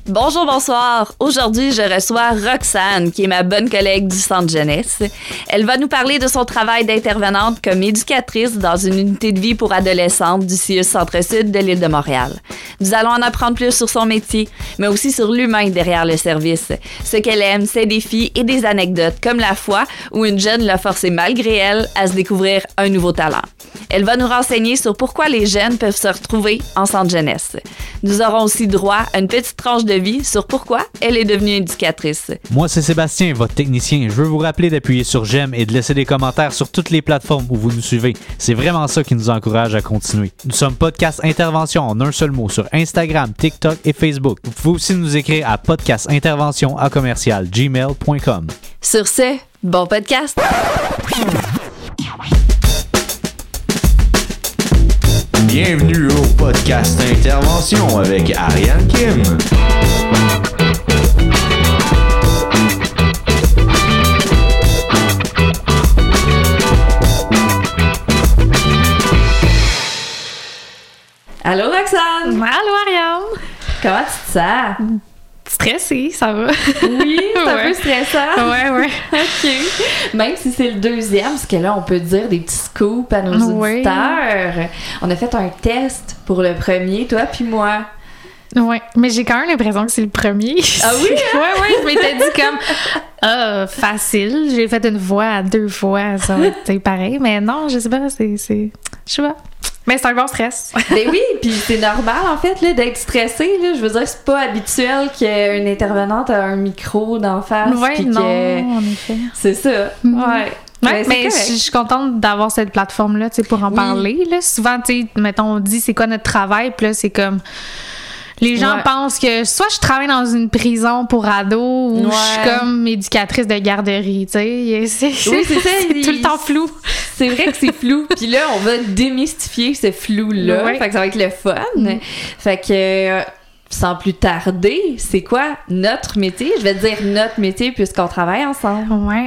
Bonjour, bonsoir. Aujourd'hui, je reçois Roxane, qui est ma bonne collègue du Centre Jeunesse. Elle va nous parler de son travail d'intervenante comme éducatrice dans une unité de vie pour adolescentes du CIUS Centre-Sud de l'île de Montréal. Nous allons en apprendre plus sur son métier, mais aussi sur l'humain derrière le service. Ce qu'elle aime, ses défis et des anecdotes, comme la fois où une jeune l'a forcée malgré elle à se découvrir un nouveau talent. Elle va nous renseigner sur pourquoi les jeunes peuvent se retrouver en Centre Jeunesse. Nous aurons aussi droit à une petite tranche de vie sur pourquoi elle est devenue éducatrice. Moi, c'est Sébastien, votre technicien. Je veux vous rappeler d'appuyer sur j'aime et de laisser des commentaires sur toutes les plateformes où vous nous suivez. C'est vraiment ça qui nous encourage à continuer. Nous sommes Podcast Intervention en un seul mot sur Instagram, TikTok et Facebook. Vous pouvez aussi nous écrire à podcastintervention@gmail.com. Sur ce, bon podcast! Bienvenue au podcast Intervention avec Ariane Kim. Allô Roxane! Allô Ariane! Comment tu te sens? Stressée, ça va. Oui, c'est un Ouais. peu stressant. Ouais. OK. Même si c'est le deuxième, parce que là, on peut dire des petits scoops à nos auditeurs. On a fait un test pour le premier, toi puis moi. Ouais, mais j'ai quand même l'impression que c'est le premier. Ah oui? Ouais, je m'étais dit comme facile. J'ai fait une fois à 2 fois, ça va être pareil. Mais non, je sais pas, je sais pas. Mais c'est un bon stress. Ben oui, puis c'est normal en fait là, d'être stressé. Là. Je veux dire, c'est pas habituel qu'une intervenante a un micro d'en face. Ouais, puis non, que... en effet. C'est ça. Mhm. Ouais. Ouais, mais c'est je suis contente d'avoir cette plateforme-là, tu sais, pour en parler. Là. Souvent, tu sais, mettons, on dit c'est quoi notre travail, puis là, c'est comme... Les gens pensent que soit je travaille dans une prison pour ados ou je suis comme éducatrice de garderie, tu sais. C'est ça. C'est tout le temps flou. C'est vrai que c'est flou. Puis là, on va démystifier ce flou-là. Ouais. Fait que ça va être le fun. Fait que... sans plus tarder, c'est quoi notre métier? Je vais te dire notre métier puisqu'on travaille ensemble. Ouais.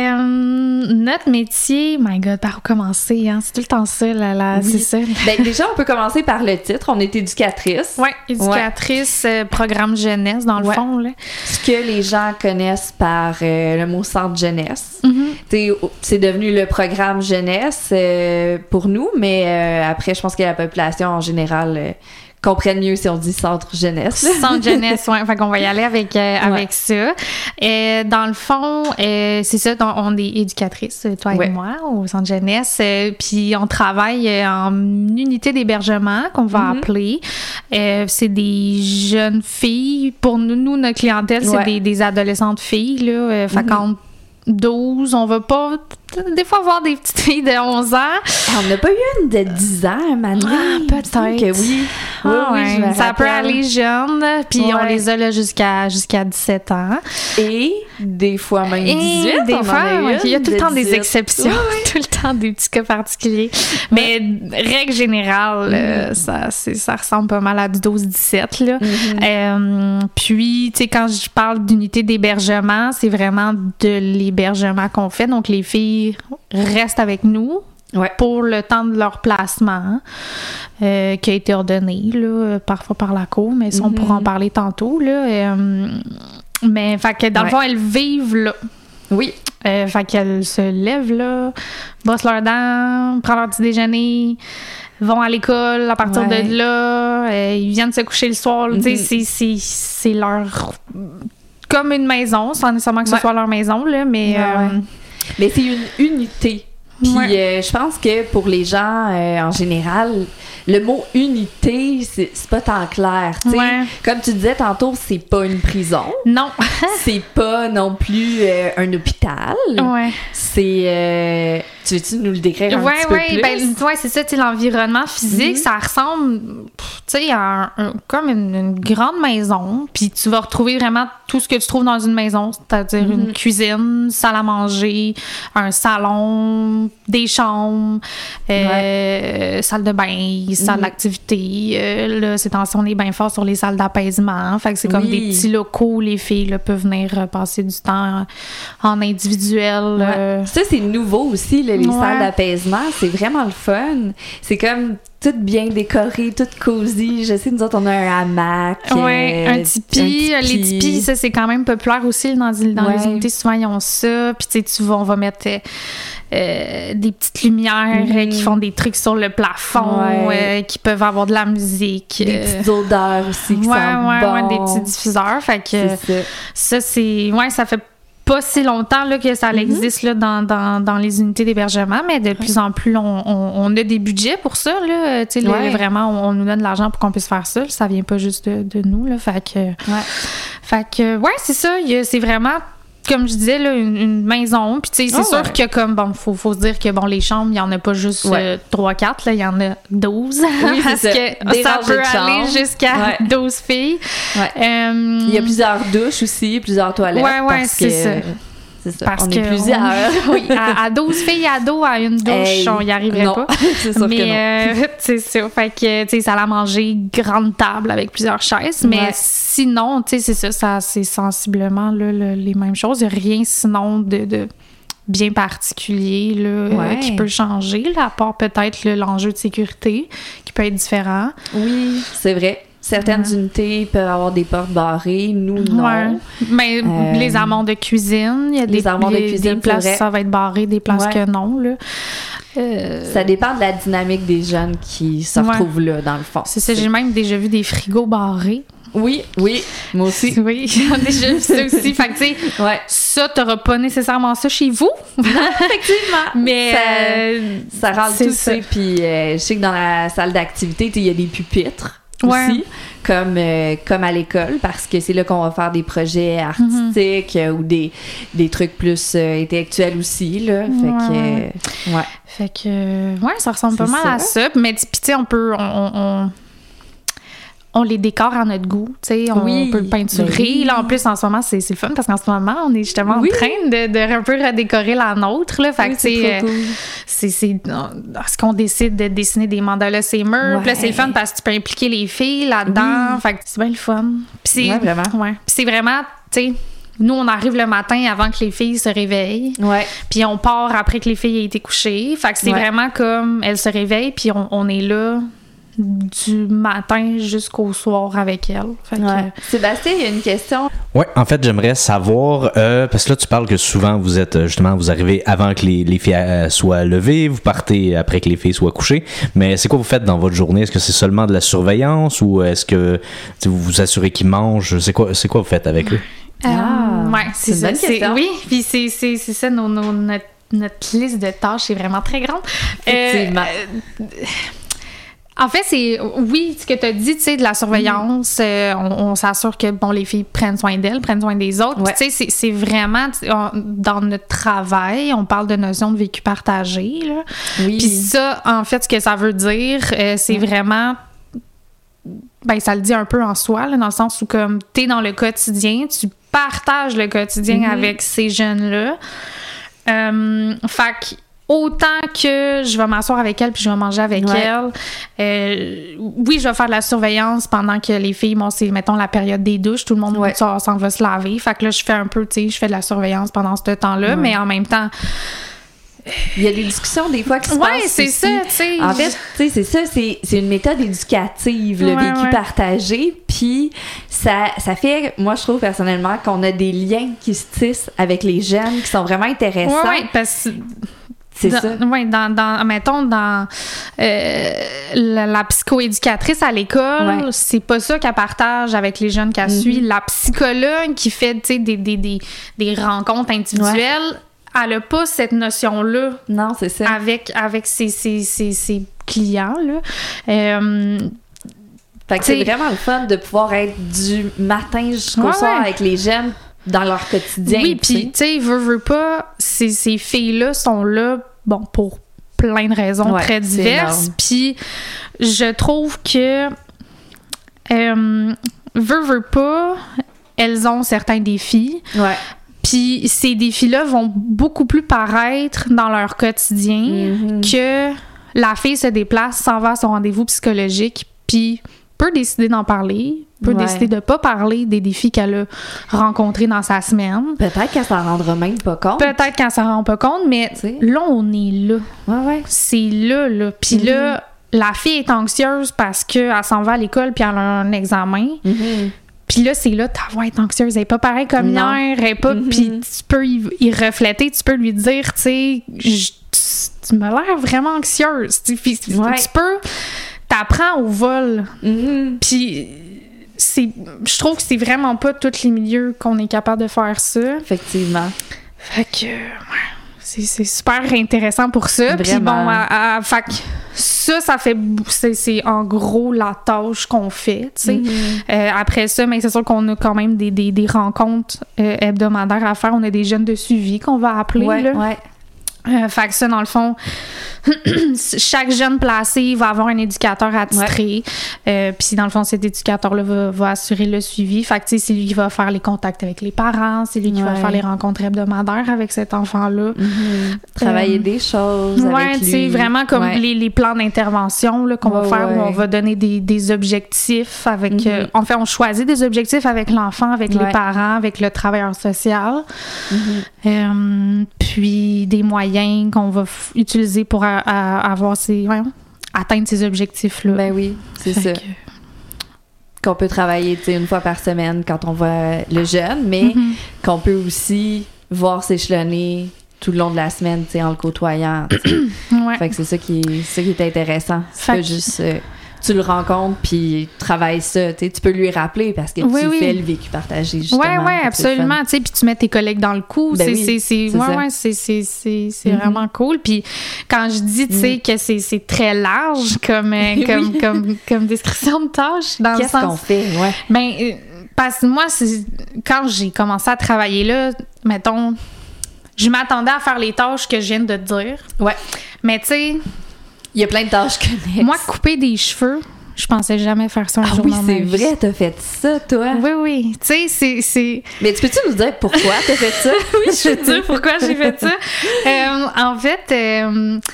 Notre métier, my God, par où commencer? Hein? C'est tout le temps ça, là, Oui. c'est ça. Ben, déjà, on peut commencer par le titre. On est éducatrice. Ouais, éducatrice, programme jeunesse, dans le fond. Là. Ce que les gens connaissent par le mot centre jeunesse. Mm-hmm. C'est devenu le programme jeunesse pour nous, mais après, je pense que la population en général... comprennent mieux si on dit centre jeunesse. Centre jeunesse, oui. Fait qu'on va y aller avec ça. Dans le fond, c'est ça, on est éducatrice, toi et moi, au centre jeunesse. Puis on travaille en unité d'hébergement qu'on va appeler. C'est des jeunes filles. Pour nous notre clientèle, c'est des adolescentes filles. Là, fait qu'en 12, on va pas... Des fois, voir des petites filles de 11 ans. On n'a pas eu une de 10 ans, Manon. Ah, peut-être. Que oui. Oui, je me ça peut rappelle. aller jeune, puis on les a là jusqu'à 17 ans. Et des fois même 18. Des fois, il y a tout le temps des 18. exceptions, tout le temps des petits cas particuliers. Mais règle générale, ça ressemble pas mal à du 12-17. Là. Puis, tu sais, quand je parle d'unité d'hébergement, c'est vraiment de l'hébergement qu'on fait. Donc, les filles restent avec nous pour le temps de leur placement qui a été ordonné, là, parfois par la cour, mais ça, on pourra en parler tantôt. Là, mais, fait que dans le fond, elles vivent là. Oui. Fait qu'elles se lèvent là, brossent leurs dents, prennent leur petit déjeuner, vont à l'école à partir de là, ils viennent se coucher le soir. Tu sais, c'est leur... comme une maison, sans nécessairement que ce soit leur maison, là, mais... Mais c'est une unité. Puis je pense que pour les gens en général, le mot unité, c'est pas tant clair. Comme tu disais tantôt, c'est pas une prison. Non. C'est pas non plus un hôpital. C'est... tu veux-tu nous le décrire un petit peu plus? Ben, c'est ça, l'environnement physique, ça ressemble, à comme une grande maison. Puis tu vas retrouver vraiment tout ce que tu trouves dans une maison, c'est-à-dire une cuisine, salle à manger, un salon, des chambres, salle de bain, salle d'activité. Là, ces temps-ci, on est bien fort sur les salles d'apaisement. Fait que c'est comme des petits locaux où les filles là, peuvent venir passer du temps en individuel. Ça, c'est nouveau aussi, là, les salles d'apaisement. C'est vraiment le fun. C'est comme tout bien décoré, tout cosy. Je sais, nous autres, on a un hamac. Un tipi. Les tipis, ça, c'est quand même populaire aussi dans les unités. Souvent, ils ont ça. Puis, tu vois, on va mettre des petites lumières qui font des trucs sur le plafond, qui peuvent avoir de la musique. Des petites odeurs aussi qui sentent bon. Des petits diffuseurs. Fait que ça, c'est... Ouais, ça fait pas si longtemps là, que ça existe là, dans les unités d'hébergement, mais de plus en plus, on a des budgets pour ça. Là. Vraiment, on nous donne de l'argent pour qu'on puisse faire ça. Ça vient pas juste de nous. Là. Fait que, c'est ça. C'est vraiment, comme je disais, là, une maison. Puis, tu sais, c'est sûr que, comme, bon, faut se dire que, bon, les chambres, il y en a pas juste 3-4, là, il y en a 12. Oui, parce que ça peut aller jusqu'à 12 filles. Il y a plusieurs douches aussi, plusieurs toilettes. C'est ça. C'est ça. Parce on est plusieurs. Oui, à 12 filles ados à une douche, on n'y arriverait pas. C'est sûr que non. C'est ça. Fait que, tu sais, ça allait manger grande table avec plusieurs chaises. Mais sinon, tu sais, c'est ça, c'est sensiblement là, les mêmes choses. Il n'y a rien sinon de bien particulier là, qui peut changer, là, à part peut-être l'enjeu de sécurité qui peut être différent. Oui, c'est vrai. Certaines unités peuvent avoir des portes barrées, nous, non. Mais les armoires de cuisine, il y a des places où ça va être barré, des places que non. Là. Ça dépend de la dynamique des jeunes qui se retrouvent là, dans le fond. C'est ça, j'ai même déjà vu des frigos barrés. Oui, moi aussi. Oui, j'ai déjà vu ça aussi. Fait que, tu sais, ça, t'auras pas nécessairement ça chez vous. Non, effectivement. Mais ça rend le tout, tu sais. Puis, je sais que dans la salle d'activité, il y a des pupitres. Aussi, comme à l'école, parce que c'est là qu'on va faire des projets artistiques ou des trucs plus intellectuels aussi, là. Fait que ça ressemble pas mal à ça. Mais puis tu sais, on les décore à notre goût, tu sais, on peut le peinturer. Là, en plus, en ce moment, c'est le fun parce qu'en ce moment, on est justement en train de un peu redécorer la nôtre, là. Fait que, c'est trop cool. C'est ce qu'on décide de dessiner des mandalas ces murs. Puis là, c'est le fun parce que tu peux impliquer les filles là-dedans. Fait que c'est bien le fun. Puis vraiment. Puis c'est vraiment, tu sais, nous, on arrive le matin avant que les filles se réveillent. Puis on part après que les filles aient été couchées. Fait que c'est vraiment comme elles se réveillent, puis on est là du matin jusqu'au soir avec elle. Sébastien, il y a une question. Oui, en fait, j'aimerais savoir, parce que là, tu parles que souvent, vous êtes, justement, vous arrivez avant que les filles soient levées, vous partez après que les filles soient couchées, mais c'est quoi vous faites dans votre journée? Est-ce que c'est seulement de la surveillance ou est-ce que vous vous assurez qu'ils mangent? C'est quoi vous faites avec eux? C'est ça. Oui, puis c'est ça, notre liste de tâches est vraiment très grande. Effectivement. En fait, c'est, ce que tu as dit, tu sais, de la surveillance, on s'assure que, bon, les filles prennent soin d'elles, prennent soin des autres. Tu sais, c'est vraiment, dans notre travail, on parle de notion de vécu partagé, là. Puis ça, en fait, ce que ça veut dire, c'est vraiment... Ben, ça le dit un peu en soi, là, dans le sens où, comme, t'es dans le quotidien, tu partages le quotidien avec ces jeunes-là. Fait que autant que je vais m'asseoir avec elle puis je vais manger avec elle. Je vais faire de la surveillance pendant que les filles, c'est, mettons, la période des douches, tout le monde s'en va se laver. Fait que là, je fais un peu, tu sais, je fais de la surveillance pendant ce temps-là, mais en même temps... Il y a des discussions des fois qui se passent. C'est ça, tu sais. En fait, tu sais, c'est ça, c'est une méthode éducative, le vécu partagé. Puis ça fait, moi, je trouve personnellement qu'on a des liens qui se tissent avec les jeunes qui sont vraiment intéressants. Oui, parce que... C'est ça. Oui, mettons, dans la psychoéducatrice à l'école, c'est pas ça qu'elle partage avec les jeunes qu'elle suit. La psychologue qui fait, tu sais, des rencontres individuelles, elle n'a pas cette notion-là. Non, c'est ça. Avec ses clients-là. Fait que c'est vraiment le fun de pouvoir être du matin jusqu'au soir avec les jeunes dans leur quotidien. Oui, puis, tu sais, veux pas, ces filles-là sont là, bon, pour plein de raisons très diverses. Puis, je trouve que, veux pas, elles ont certains défis. Puis Puis ces défis-là vont beaucoup plus paraître dans leur quotidien que la fille se déplace, s'en va à son rendez-vous psychologique, puis peut décider d'en parler, peut décider de pas parler des défis qu'elle a rencontrés dans sa semaine. Peut-être qu'elle s'en rendra même pas compte. Peut-être qu'elle s'en rend pas compte, mais là, on est là. Ouais. C'est là. Puis là, la fille est anxieuse parce qu'elle s'en va à l'école puis elle a un examen. Puis là, c'est là, ta voix est anxieuse. Elle n'est pas pareille comme hier. Elle est pas... Puis tu peux y refléter, tu peux lui dire, tu sais, tu m'as l'air vraiment anxieuse. Tu peux... T'apprends au vol. Puis je trouve que c'est vraiment pas tous les milieux qu'on est capable de faire ça. Effectivement. Fait que... C'est super intéressant pour ça. Puis bon, fait que ça fait... C'est en gros la tâche qu'on fait, tu sais. Après ça, mais c'est sûr qu'on a quand même des rencontres hebdomadaires à faire. On a des jeunes de suivi qu'on va appeler, là. Fait que ça, dans le fond, chaque jeune placé va avoir un éducateur attitré. Puis dans le fond, cet éducateur-là va assurer le suivi. Fait que tu sais, c'est lui qui va faire les contacts avec les parents, c'est lui qui va faire les rencontres hebdomadaires avec cet enfant-là. Travailler des choses avec lui. Tu sais, vraiment comme les plans d'intervention là, qu'on va faire, où on va donner des objectifs avec... en fait, on choisit des objectifs avec l'enfant, avec les parents, avec le travailleur social. Puis des moyens qu'on va utiliser pour avoir atteindre ces objectifs-là. Ben oui, c'est ça. Qu'on peut travailler une fois par semaine quand on voit le jeune, mais qu'on peut aussi voir s'échelonner tout le long de la semaine, en le côtoyant. Fait que c'est ça qui est intéressant. C'est pas juste... tu le rencontres puis travailles ça, tu peux lui rappeler parce que tu fais le vécu partagé justement. Oui, absolument, tu sais, puis tu mets tes collègues dans le coup, c'est vraiment cool. Puis quand je dis tu sais que c'est très large comme description de tâche dans qu'est-ce qu'on fait, parce que moi quand j'ai commencé à travailler là, mettons, je m'attendais à faire les tâches que je viens de te dire. Mais tu sais, il y a plein de tâches connexes. Moi, couper des cheveux, je pensais jamais faire ça un jour dans ma vie. C'est vrai, t'as fait ça, toi? Oui. Tu sais, c'est... Mais tu peux-tu nous dire pourquoi t'as fait ça? Oui, je vais te dire pourquoi j'ai fait ça. En fait...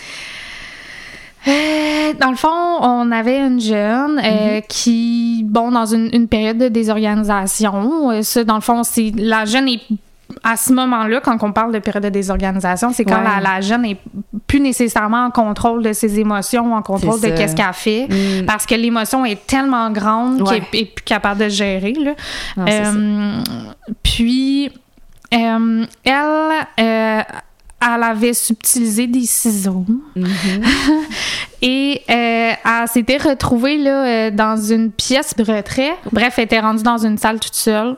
dans le fond, on avait une jeune qui, dans une période de désorganisation, ça, dans le fond, la jeune est... À ce moment-là, quand on parle de période de désorganisation, c'est quand la jeune n'est plus nécessairement en contrôle de ses émotions ou en contrôle de qu'est-ce qu'elle fait, parce que l'émotion est tellement grande qu'elle n'est plus capable de gérer. Là. Non, puis, elle avait subtilisé des ciseaux et elle s'était retrouvée là, dans une pièce de retrait. Bref, elle était rendue dans une salle toute seule.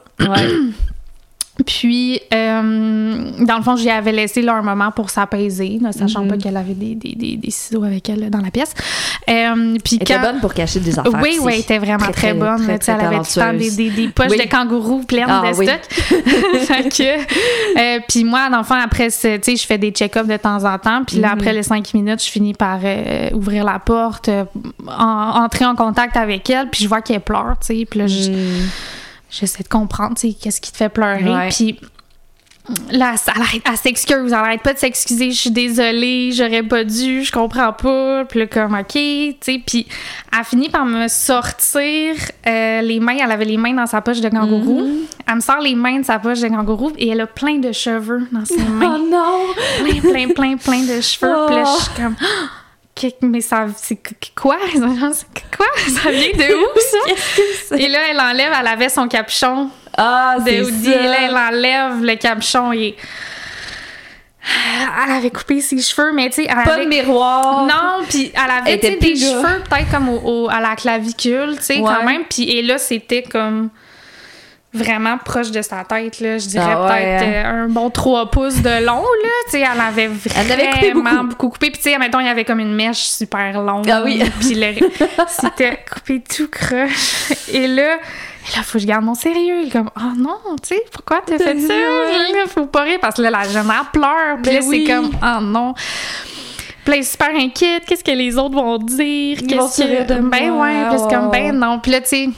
Puis, dans le fond, j'y avais laissé là un moment pour s'apaiser, ne sachant pas qu'elle avait des ciseaux avec elle dans la pièce. Puis elle était bonne pour cacher des affaires. Oui, elle était vraiment très bonne. Très, elle avait tout le temps des poches de kangourou pleines de stock. Puis moi, dans le fond, après, tu sais, je fais des check-ups de temps en temps. Puis là, après les 5 minutes, je finis par ouvrir la porte, entrer en contact avec elle. Puis je vois qu'elle pleure, tu sais. Puis là, j'essaie de comprendre, tu sais, qu'est-ce qui te fait pleurer. Puis là, elle s'excuse, elle arrête pas de s'excuser. Je suis désolée, j'aurais pas dû, je comprends pas. Puis là, comme, OK, tu sais. Puis elle finit par me sortir les mains. Elle avait les mains dans sa poche de kangourou. Elle me sort les mains de sa poche de kangourou et elle a plein de cheveux dans ses mains. Oh non! Plein de cheveux. Puis là, je suis comme... Mais ça, c'est quoi? Ça vient de où, ça? Qu'est-ce que c'est? Et là, elle avait son capuchon. C'est Woody. Et là, elle enlève le capuchon et... Elle avait coupé ses cheveux, mais tu sais... Pas de miroir. Non, puis elle avait des cheveux peut-être comme à la clavicule, tu sais, quand même. Puis et là, c'était comme... vraiment proche de sa tête, là. Je dirais peut-être un bon 3 pouces de long, là. Tu sais, elle avait vraiment beaucoup coupé. Puis, tu sais, mettons, il y avait comme une mèche super longue. Puis, c'était coupé tout croche. Et là, faut que je garde mon sérieux. Comme, oh non, tu sais, pourquoi t'as fait ça? Là, faut pas rire parce que là, la jeune, elle pleure. Puis là, c'est comme, oh non. Puis là, elle est super inquiète. Qu'est-ce que les autres vont dire? Ils vont se rire de moi. Ben ouais. Puis c'est comme, ben non. Puis là, tu sais...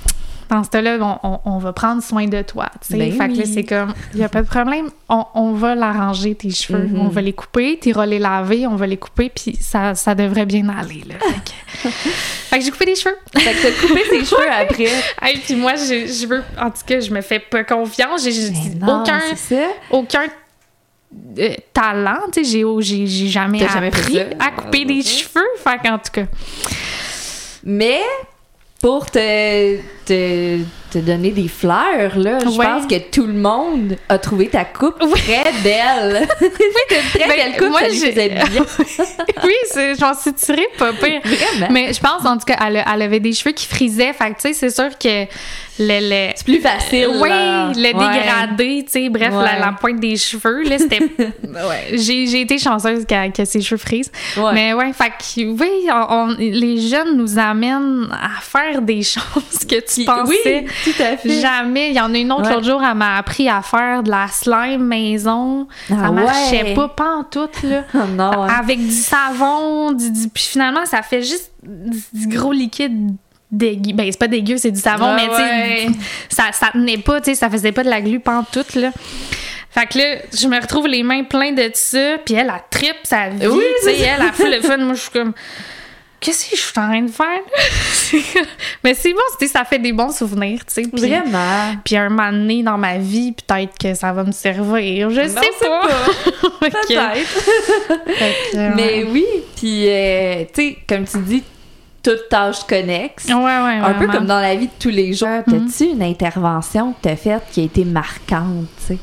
dans ce temps-là, on va prendre soin de toi. Tu sais. Ben fait que là, oui. c'est comme, il n'y a pas de problème, on va l'arranger tes cheveux, on va les couper, t'iras les laver, on va les couper, puis ça devrait bien aller. Là. Fait que j'ai coupé les cheveux. Fait que t'as coupé tes cheveux après. Hey, puis moi, je veux, en tout cas, je me fais pas confiance. J'ai Non, c'est ça. aucun talent, tu sais, j'ai jamais T'as jamais appris fait ça. à couper des cheveux. Fait qu'en tout cas. Mais pour te donner des fleurs, là, je Ouais. pense que tout le monde a trouvé ta coupe Oui. très belle. C'est une très Ben, belle coupe, moi, ça lui faisait bien. Oui, j'en suis tirée pas pire. Vraiment. Mais je pense, en tout cas, elle avait des cheveux qui frisaient. Fait que, tu sais, c'est sûr que C'est plus facile. oui, là. le Ouais. dégradé, tu sais, bref, Ouais. la pointe des cheveux, là, c'était... ouais, j'ai été chanceuse que ses cheveux frisent. Ouais. Mais ouais, fait que, oui, les jeunes nous amènent à faire des choses que tu pensais Oui, tout à fait. jamais. Il y en a une autre Ouais. l'autre jour, elle m'a appris à faire de la slime maison. Ah ça marchait ouais. pas en tout, là. Oh non, hein. Avec du savon, puis finalement, ça fait juste du gros liquide dégueu. Ben, c'est pas dégueu, c'est du savon, Ouais, mais tu sais, ça tenait pas, tu sais, ça faisait pas de la glu pantoute, là. Fait que là, je me retrouve les mains pleines de ça, puis elle tripe sa vie, Oui, tu sais, elle a fait le fun. Moi, je suis comme... Qu'est-ce que je suis en train de faire? Mais c'est bon, tu sais, ça fait des bons souvenirs, tu sais. Puis, Vraiment. puis un moment donné dans ma vie, peut-être que ça va me servir. Je sais c'est pas. Fait que- Peut-être. fait que, Mais ouais. oui, puis tu sais, comme tu dis, toute tâche connexe. Ouais, Un peu vraiment. comme dans la vie de tous les jours. T'as-tu une intervention que t'as faite qui a été marquante, tu sais?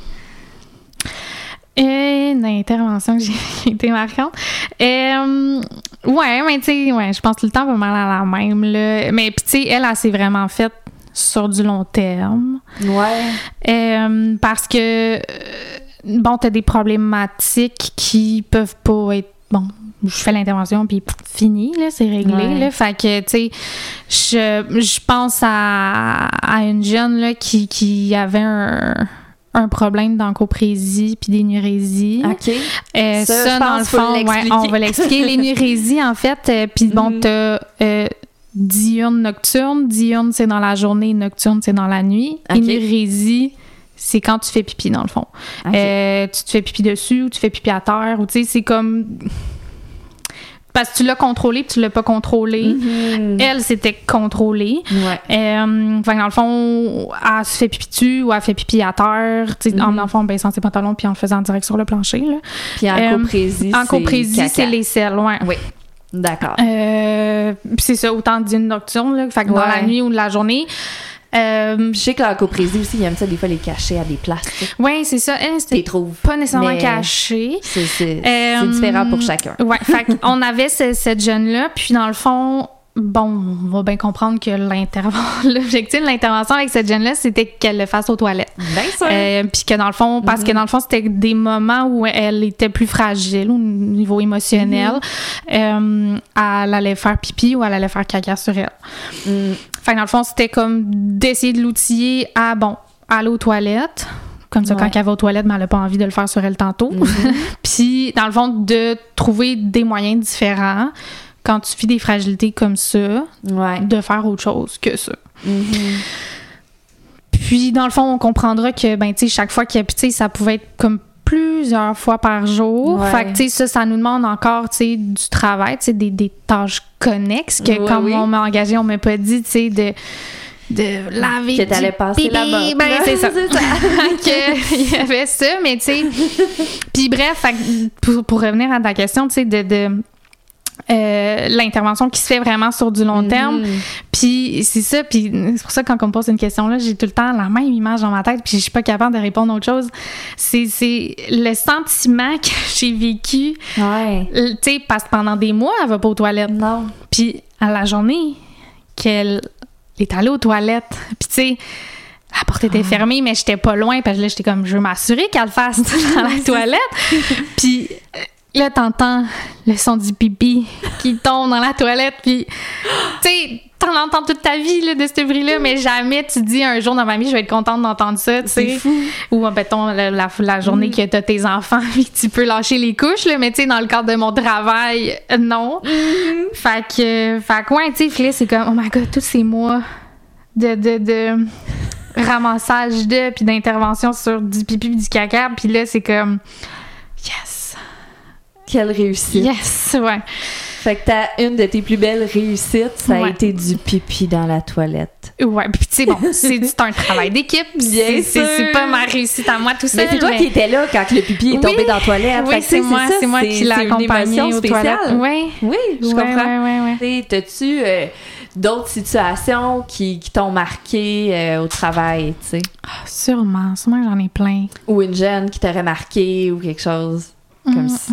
Une intervention qui a été marquante. Ouais, mais tu sais, ouais, je pense tout le temps pas mal à la même, là. Mais puis tu sais, elle s'est vraiment faite sur du long terme. Ouais. Parce que, bon, t'as des problématiques qui peuvent pas être... Bon, je fais l'intervention, puis fini, là, c'est réglé, Ouais. là. Fait que, tu sais, je pense à une jeune, là, qui avait un problème d'encoprésie puis d'énurésie. OK. Ça, Ça, je dans le pense, faut fond, ouais, l'expliquer. on va l'expliquer. L'énurésie, en fait, puis bon, t'as diurne, nocturne. Diurne, c'est dans la journée, nocturne, c'est dans la nuit. OK. Énurésie, c'est quand tu fais pipi, dans le fond. OK. Tu te fais pipi dessus ou tu fais pipi à terre, ou tu sais, c'est comme... Parce que tu l'as contrôlé puis tu l'as pas contrôlé. Mhm. Elle, c'était contrôlé. Ouais. Fait que dans le fond, elle se fait pipi dessus ou elle fait pipi à terre, tu sais, en dans le fond, baissant ses pantalons puis en le faisant direct sur le plancher. Là. Puis en coprésie, En coprésie, c'est les selles, ouais. Oui. D'accord. Puis c'est ça, autant d'une nocturne, là, fait que dans Ouais. la nuit ou de la journée. Je sais que l'encoprésie aussi, ils aiment ça des fois les cacher à des places. Tu sais. Ouais, c'est ça. Elle, T'es c'était trouves. pas nécessairement Mais caché. C'est différent pour chacun. Ouais, fait qu'on avait cette jeune-là, puis dans le fond, bon, on va bien comprendre que l'objectif de l'intervention avec cette jeune-là, c'était qu'elle le fasse aux toilettes. Bien sûr. Puis que dans le fond, parce que dans le fond, c'était des moments où elle était plus fragile au niveau émotionnel. Elle allait faire pipi ou elle allait faire caca sur elle. Fait que dans le fond, c'était comme d'essayer de l'outiller à, bon, aller aux toilettes. Comme ça, Ouais. quand elle va aux toilettes, mais elle n'a pas envie de le faire sur elle tantôt. Puis, dans le fond, de trouver des moyens différents quand tu vis des fragilités comme ça, Ouais. de faire autre chose que ça. Puis, dans le fond, on comprendra que, ben, tu sais, chaque fois qu'il y a, puis, tu sais, ça pouvait être comme plusieurs fois par jour. Ouais. Fait que, tu sais, ça nous demande encore, tu sais, du travail, tu sais, des tâches connexes que, Ouais, quand oui. on m'a engagé, on m'a pas dit, tu sais, de laver Que t'allais du passer pipi. là-bas. Ben, c'est ça. C'est ça. Que, il y avait ça, mais tu sais... Puis bref, fait que pour revenir à ta question, tu sais, de l'intervention qui se fait vraiment sur du long terme. Puis c'est ça, puis c'est pour ça que quand on me pose une question-là, j'ai tout le temps la même image dans ma tête, puis je suis pas capable de répondre à autre chose. C'est le sentiment que j'ai vécu, Ouais. tu sais, parce que pendant des mois, elle va pas aux toilettes. Non. Puis à la journée qu'elle est allée aux toilettes, puis tu sais, la porte était fermée, mais j'étais pas loin, parce que là, j'étais comme, je veux m'assurer qu'elle le fasse dans la toilette. Puis là, t'entends le son du pipi qui tombe dans la toilette, puis tu sais, t'en entends toute ta vie là, de ce bruit-là, mais jamais tu dis un jour dans ma vie, je vais être contente d'entendre ça, tu sais. Ou, mettons, la journée que t'as tes enfants, puis tu peux lâcher les couches, là, mais tu sais, dans le cadre de mon travail, non. Fait que ouais, tu sais, là, c'est comme, oh my God, tous ces mois de ramassage puis d'intervention sur du pipi et du caca. Puis là, c'est comme... Yes! Quelle réussite! Yes, ouais. Fait que une de tes plus belles réussites, ça a été du pipi dans la toilette. Ouais, puis tu sais, bon, c'est un travail d'équipe. Bien sûr! C'est pas ma réussite à moi tout seul. Mais c'est toi qui étais là quand le pipi est tombé dans la toilette. Oui, c'est moi qui l'ai accompagné aux toilettes. Oui, je comprends. Ouais. T'as-tu d'autres situations qui t'ont marqué au travail, tu sais? Sûrement que j'en ai plein. Ou une jeune qui t'aurait marqué ou quelque chose comme ça.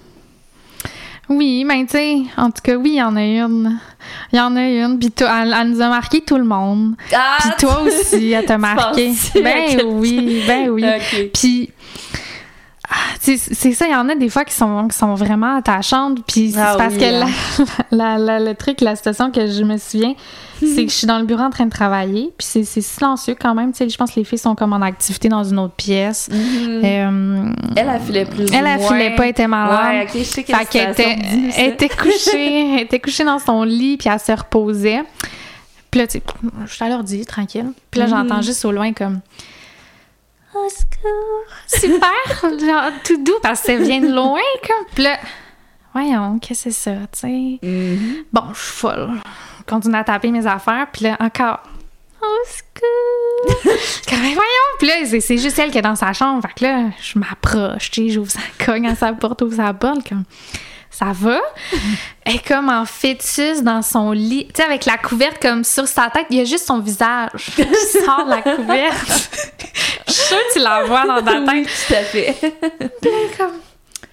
Oui, mais tu sais, en tout cas, oui, il y en a une. Puis elle nous a marqué tout le monde. Ah, puis toi aussi, elle t'a marqué. Ben oui. Okay. Puis, c'est ça, il y en a des fois qui sont vraiment attachantes. Puis c'est parce que le truc, la situation que je me souviens, c'est que je suis dans le bureau en train de travailler. Puis c'est silencieux quand même. Tu sais, je pense que les filles sont comme en activité dans une autre pièce. Elle filait plus ou moins. Elle filait pas, elle était malade. Ouais, ok, je sais quelle situation elle était couchée dans son lit, puis elle se reposait. Puis là, tu sais, je suis à l'ordi, tranquille. Puis là, j'entends juste au loin comme... Au secours! Super! Genre, tout doux, parce que ça vient de loin, comme... Puis là, voyons, qu'est-ce que c'est ça, tu sais? Bon, je suis folle. Je continue à taper mes affaires, puis là, encore... Au secours! Comme, voyons! Puis là, c'est juste elle qui est dans sa chambre. Fait que là, je m'approche, tu sais, j'ouvre sa cogne à sa porte, ouvre sa porte, comme... Ça va? Elle est comme en fœtus dans son lit. Tu sais, avec la couverte comme sur sa tête. Il y a juste son visage qui sort de la couverte. Je suis sûre que tu la vois dans ta tête. Oui, tout à fait. Puis elle est comme...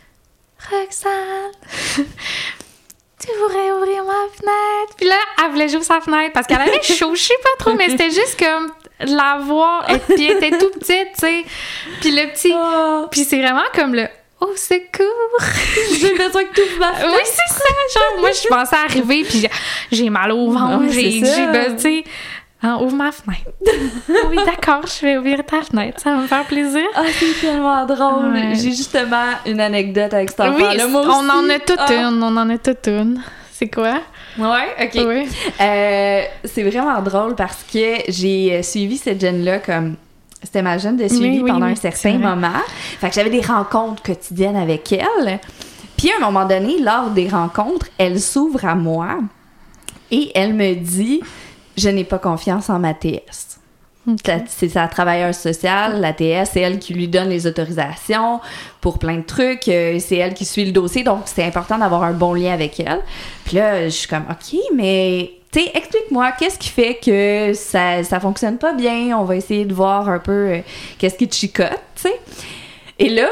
Roxane, tu pourrais ouvrir ma fenêtre? Puis là, elle voulait jouer sa fenêtre parce qu'elle avait chaud. Je sais pas trop, mais c'était juste comme... la voir. Et puis elle était tout petite, tu sais. Puis le petit... Puis c'est vraiment comme le... Au secours! J'ai besoin que tu ouvres ma fenêtre. Oui, c'est ça! Genre, moi, je pensais arriver, puis j'ai mal au ventre, j'ai tu sais... ouvre ma fenêtre. Oui, d'accord, je vais ouvrir ta fenêtre, ça va me faire plaisir. Ah, c'est tellement drôle. Ouais. J'ai justement une anecdote avec cet enfant-là. Oui, moi aussi. on en a toute une. C'est quoi? Ouais, OK. Oui. C'est vraiment drôle parce que j'ai suivi cette jeune-là comme... C'était ma jeune de suivi pendant un certain moment. Fait que j'avais des rencontres quotidiennes avec elle. Puis à un moment donné, lors des rencontres, elle s'ouvre à moi et elle me dit « Je n'ai pas confiance en ma TS. Okay. » C'est sa travailleuse sociale, la TS, c'est elle qui lui donne les autorisations pour plein de trucs. C'est elle qui suit le dossier, donc c'est important d'avoir un bon lien avec elle. Puis là, je suis comme « OK, mais... » Tu sais, explique-moi, qu'est-ce qui fait que ça fonctionne pas bien? On va essayer de voir un peu qu'est-ce qui te chicote, tu sais. Et là,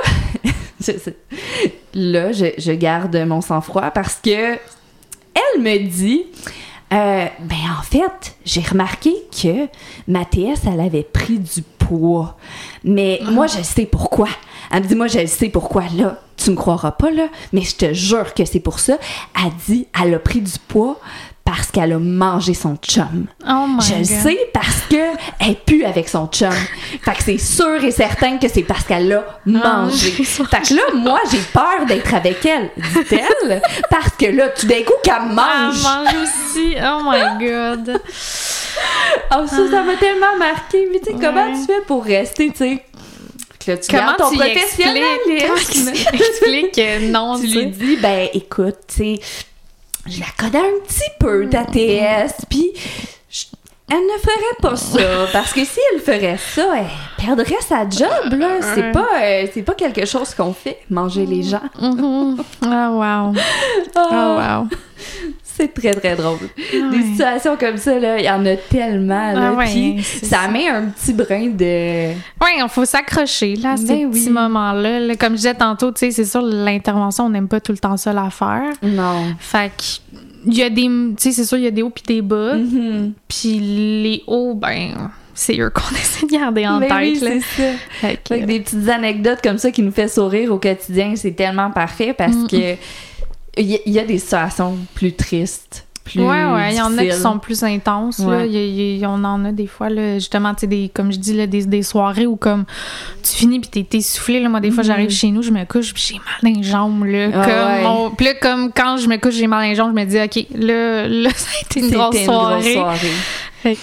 je garde mon sang-froid parce que elle me dit, ben en fait, j'ai remarqué que ma TS, elle avait pris du poids. Mais moi, je sais pourquoi. Elle me dit, moi, je sais pourquoi, là. Tu me croiras pas, là, mais je te jure que c'est pour ça. Elle dit, elle a pris du poids parce qu'elle a mangé son chum. Oh my God. Je le sais parce qu'elle pue avec son chum. Fait que c'est sûr et certain que c'est parce qu'elle l'a mangé. Fait que là, moi, j'ai peur d'être avec elle, dit-elle, parce que là, tout d'un coup, qu'elle mange. Elle mange aussi. Oh my God. Oh, ça m'a tellement marqué. Mais tu sais, comment tu fais pour rester, tu sais... Là, tu comment ton tu professionnalisme. Expliques que non, tu lui dis, ben écoute, tu sais... Je la connais un petit peu, ta TS, puis elle ne ferait pas ça, parce que si elle ferait ça, elle perdrait sa job, là. C'est pas quelque chose qu'on fait, manger les gens. Oh, wow. Oh, wow. C'est très, très drôle. Des situations comme ça, là, il y en a tellement, là. Puis ça met un petit brin de... Oui, il faut s'accrocher, là, à ces petits moments-là. Là, comme je disais tantôt, tu sais, c'est sûr, l'intervention, on n'aime pas tout le temps ça la faire. Non. Fait que, il y a des... Tu sais, c'est sûr, il y a des hauts puis des bas. Mm-hmm. Puis les hauts, ben... c'est eux qu'on essaie de garder en tête. Oui, là. c'est ça. Fait que des petites anecdotes comme ça qui nous fait sourire au quotidien, c'est tellement parfait parce que il y a des situations plus tristes, plus difficiles. Il y en a qui sont plus intenses. Là. On en a des fois, là, justement, tu sais, comme je dis, là, des soirées où comme tu finis puis t'es essoufflé. Là. Moi, des fois, j'arrive chez nous, je me couche puis j'ai mal dans les jambes. Là, puis là, comme quand je me couche, j'ai mal dans les jambes, je me dis, OK, là ça a été une grosse soirée. Puis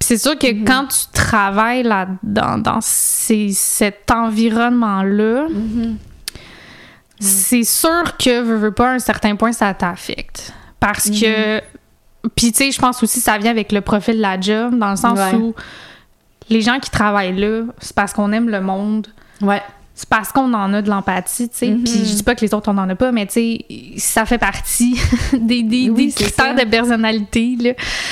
c'est sûr que quand tu travailles là dans cet environnement-là, c'est sûr que, veux pas, à un certain point, ça t'affecte. Parce que... Puis, tu sais, je pense aussi que ça vient avec le profil de la job, dans le sens où les gens qui travaillent là, c'est parce qu'on aime le monde. Ouais. C'est parce qu'on en a de l'empathie, tu sais. Puis je dis pas que les autres, on en a pas, mais tu sais, ça fait partie des critères de personnalité, là.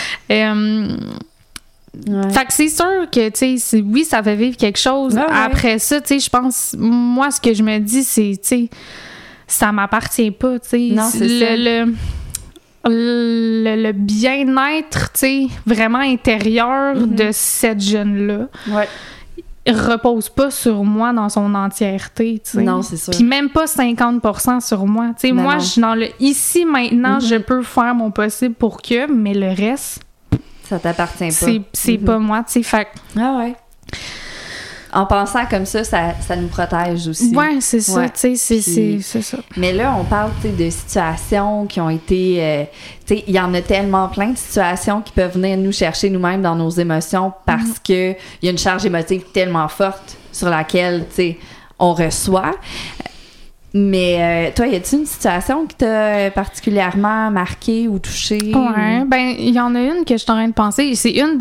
Fait que c'est sûr que, tu sais, oui, ça fait vivre quelque chose. Après ça, tu sais, je pense... Moi, ce que je me dis, c'est, tu sais, ça m'appartient pas, tu sais. Non, c'est ça. Le bien-être, tu sais, vraiment intérieur de cette jeune-là repose pas sur moi dans son entièreté, tu sais. Non, c'est sûr. Puis même pas 50% sur moi. Tu sais, moi, je suis dans le ici, maintenant, je peux faire mon possible pour que, mais le reste... Ça t'appartient pas. C'est pas moi, tu sais, fait... Ah ouais. En pensant comme ça nous protège aussi. Ouais, c'est ça, tu sais, c'est ça. Mais là, on parle, tu sais, de situations qui ont été... tu sais, il y en a tellement plein de situations qui peuvent venir nous chercher nous-mêmes dans nos émotions parce que il y a une charge émotive tellement forte sur laquelle, tu sais, on reçoit. Mais toi, y a-t-il une situation qui t'a particulièrement marquée ou touchée? Ouais, ben il y en a une que je suis en train de penser. C'est une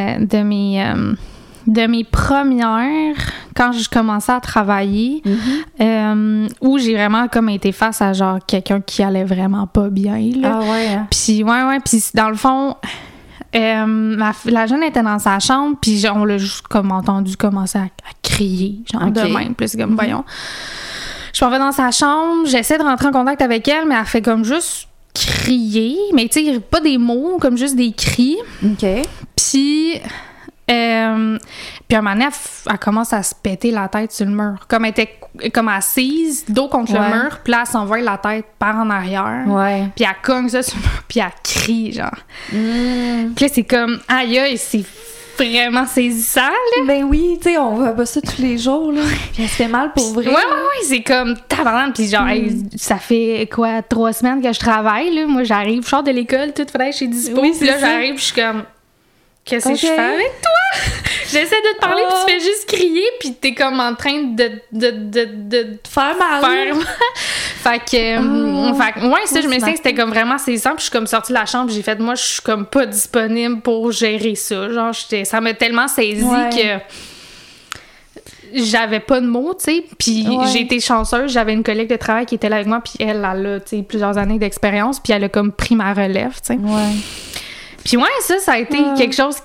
de mes premières, quand je commençais à travailler, où j'ai vraiment comme été face à genre quelqu'un qui allait vraiment pas bien, là. Ah ouais, hein? Puis puis dans le fond, la jeune était dans sa chambre, puis on l'a juste comme entendu commencer à crier, genre de même. Puis c'est comme, voyons. Je m'en vais dans sa chambre, j'essaie de rentrer en contact avec elle, mais elle fait comme juste crier, mais tu sais, pas des mots, comme juste des cris. OK. Puis à un moment donné, elle commence à se péter la tête sur le mur. Comme elle était comme assise, dos contre le mur, puis là, elle s'envoie la tête par en arrière. Ouais. Puis elle cogne ça sur le mur, puis elle crie, genre. Puis là, c'est comme, aïe, c'est vraiment saisissant, là. Ben oui, tu sais, on voit pas ça tous les jours, là. Puis elle se fait mal pour vrai. Ouais, c'est comme tabarnak. Puis genre, ça fait quoi, 3 semaines que je travaille, là. Moi, j'arrive, je sors de l'école, toute fraîche, chez dispo. Puis là, j'arrive, je suis comme... Qu'est-ce que je fais avec toi? J'essaie de te parler, puis tu fais juste crier, puis t'es comme en train de faire mal. Fait que, ouais, ça, je me souviens que c'était comme vraiment saisissant, puis je suis comme sortie de la chambre, j'ai fait, moi, je suis comme pas disponible pour gérer ça. Genre, ça m'a tellement saisie que j'avais pas de mots, tu sais, puis j'ai été chanceuse, j'avais une collègue de travail qui était là avec moi, puis elle a, tu sais, plusieurs années d'expérience, puis elle a comme pris ma relève, tu sais. Ouais. Puis ouais, ça a été quelque chose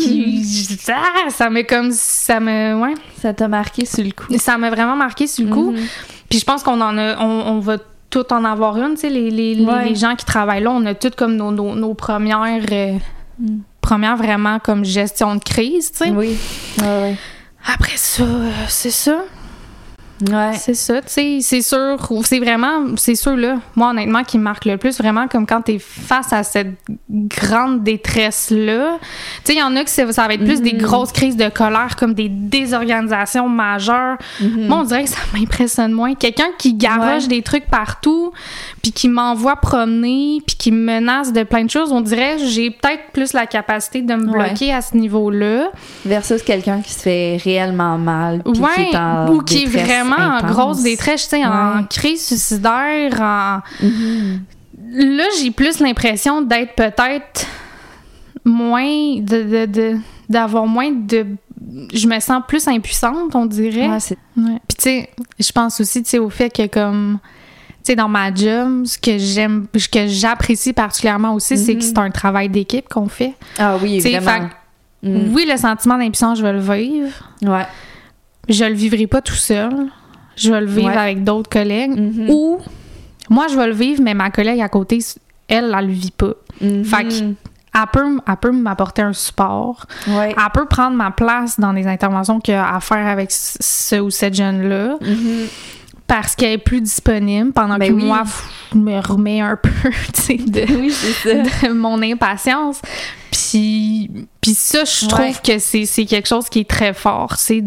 ça m'a comme... Ça t'a marqué sur le coup. Ça m'a vraiment marqué sur le coup. Puis je pense qu'on on va tout en avoir une, tu sais, les gens qui travaillent là, on a toutes comme nos premières vraiment comme gestion de crise, tu sais. Oui, ouais. Après ça, c'est ça. Ouais. C'est ça, tu sais, c'est sûr, là, moi, honnêtement, qui me marque le plus, vraiment, comme quand t'es face à cette grande détresse-là. Tu sais, il y en a que ça va être plus des grosses crises de colère, comme des désorganisations majeures. Moi, on dirait que ça m'impressionne moins. Quelqu'un qui garoche des trucs partout, puis qui m'envoie promener, puis qui me menace de plein de choses, on dirait que j'ai peut-être plus la capacité de me bloquer à ce niveau-là. Versus quelqu'un qui se fait réellement mal, puis qui est en ou qui est vraiment intense. En grosse détresse, tu sais, en crise suicidaire, Là, j'ai plus l'impression d'être peut-être moins d'avoir moins de... Je me sens plus impuissante, on dirait. Puis tu sais, je pense aussi, tu sais, au fait que comme... Tu sais, dans ma job, ce que j'apprécie particulièrement aussi, c'est que c'est un travail d'équipe qu'on fait. Ah oui, t'sais, vraiment. Oui, le sentiment d'impuissance, je vais le vivre. Ouais. Je le vivrai pas tout seul. Je vais le vivre avec d'autres collègues. Ou, moi, je vais le vivre, mais ma collègue à côté, elle le vit pas. Fait qu'elle peut m'apporter un support. Ouais. Elle peut prendre ma place dans des interventions qu'il y a à faire avec ce ou cette jeune-là. Parce qu'elle est plus disponible pendant que moi, je me remets un peu, tu sais, de mon impatience. Puis ça, je trouve que c'est quelque chose qui est très fort, c'est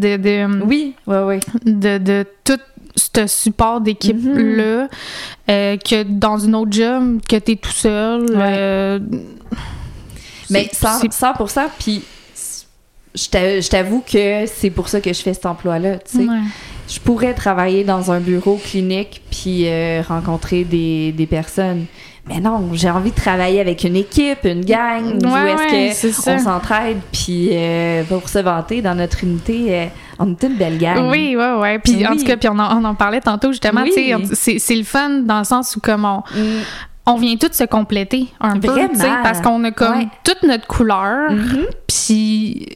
de tout ce support d'équipe-là, que dans une autre job, que t'es tout seul. Mais 100%, puis je t'avoue que c'est pour ça que je fais cet emploi-là, tu sais. Ouais. Je pourrais travailler dans un bureau clinique puis rencontrer des personnes. Mais non, j'ai envie de travailler avec une équipe, une gang, où est-ce qu'on s'entraide, puis pour se vanter dans notre unité, on est une belle gang. Oui. Puis en tout cas, puis on en parlait tantôt justement, tu sais, c'est le fun dans le sens où comme on vient tous se compléter un peu, tu sais, parce qu'on a comme toute notre couleur, puis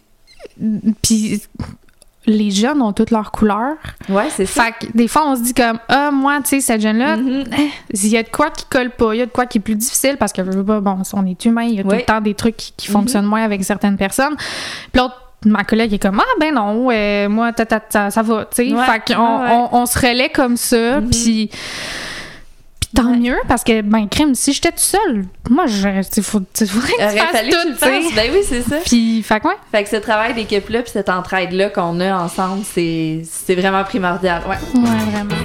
les jeunes ont toutes leurs couleurs. Ouais, c'est ça. Fait que des fois, on se dit comme, moi, tu sais, cette jeune-là, il y a de quoi qui colle pas, il y a de quoi qui est plus difficile parce que, bon, on est humain, il y a tout le temps des trucs qui fonctionnent moins avec certaines personnes. Puis l'autre, ma collègue est comme, ben non, moi, ça va, tu sais. Fait qu'on se relaie comme ça, puis tant mieux, parce que, crime, si j'étais toute seule, moi, il faudrait que tu fasses tout, tu sais. Ben oui, c'est ça. Puis, fait que ce travail d'équipe-là, puis cette entraide-là qu'on a ensemble, c'est vraiment primordial. Ouais, vraiment.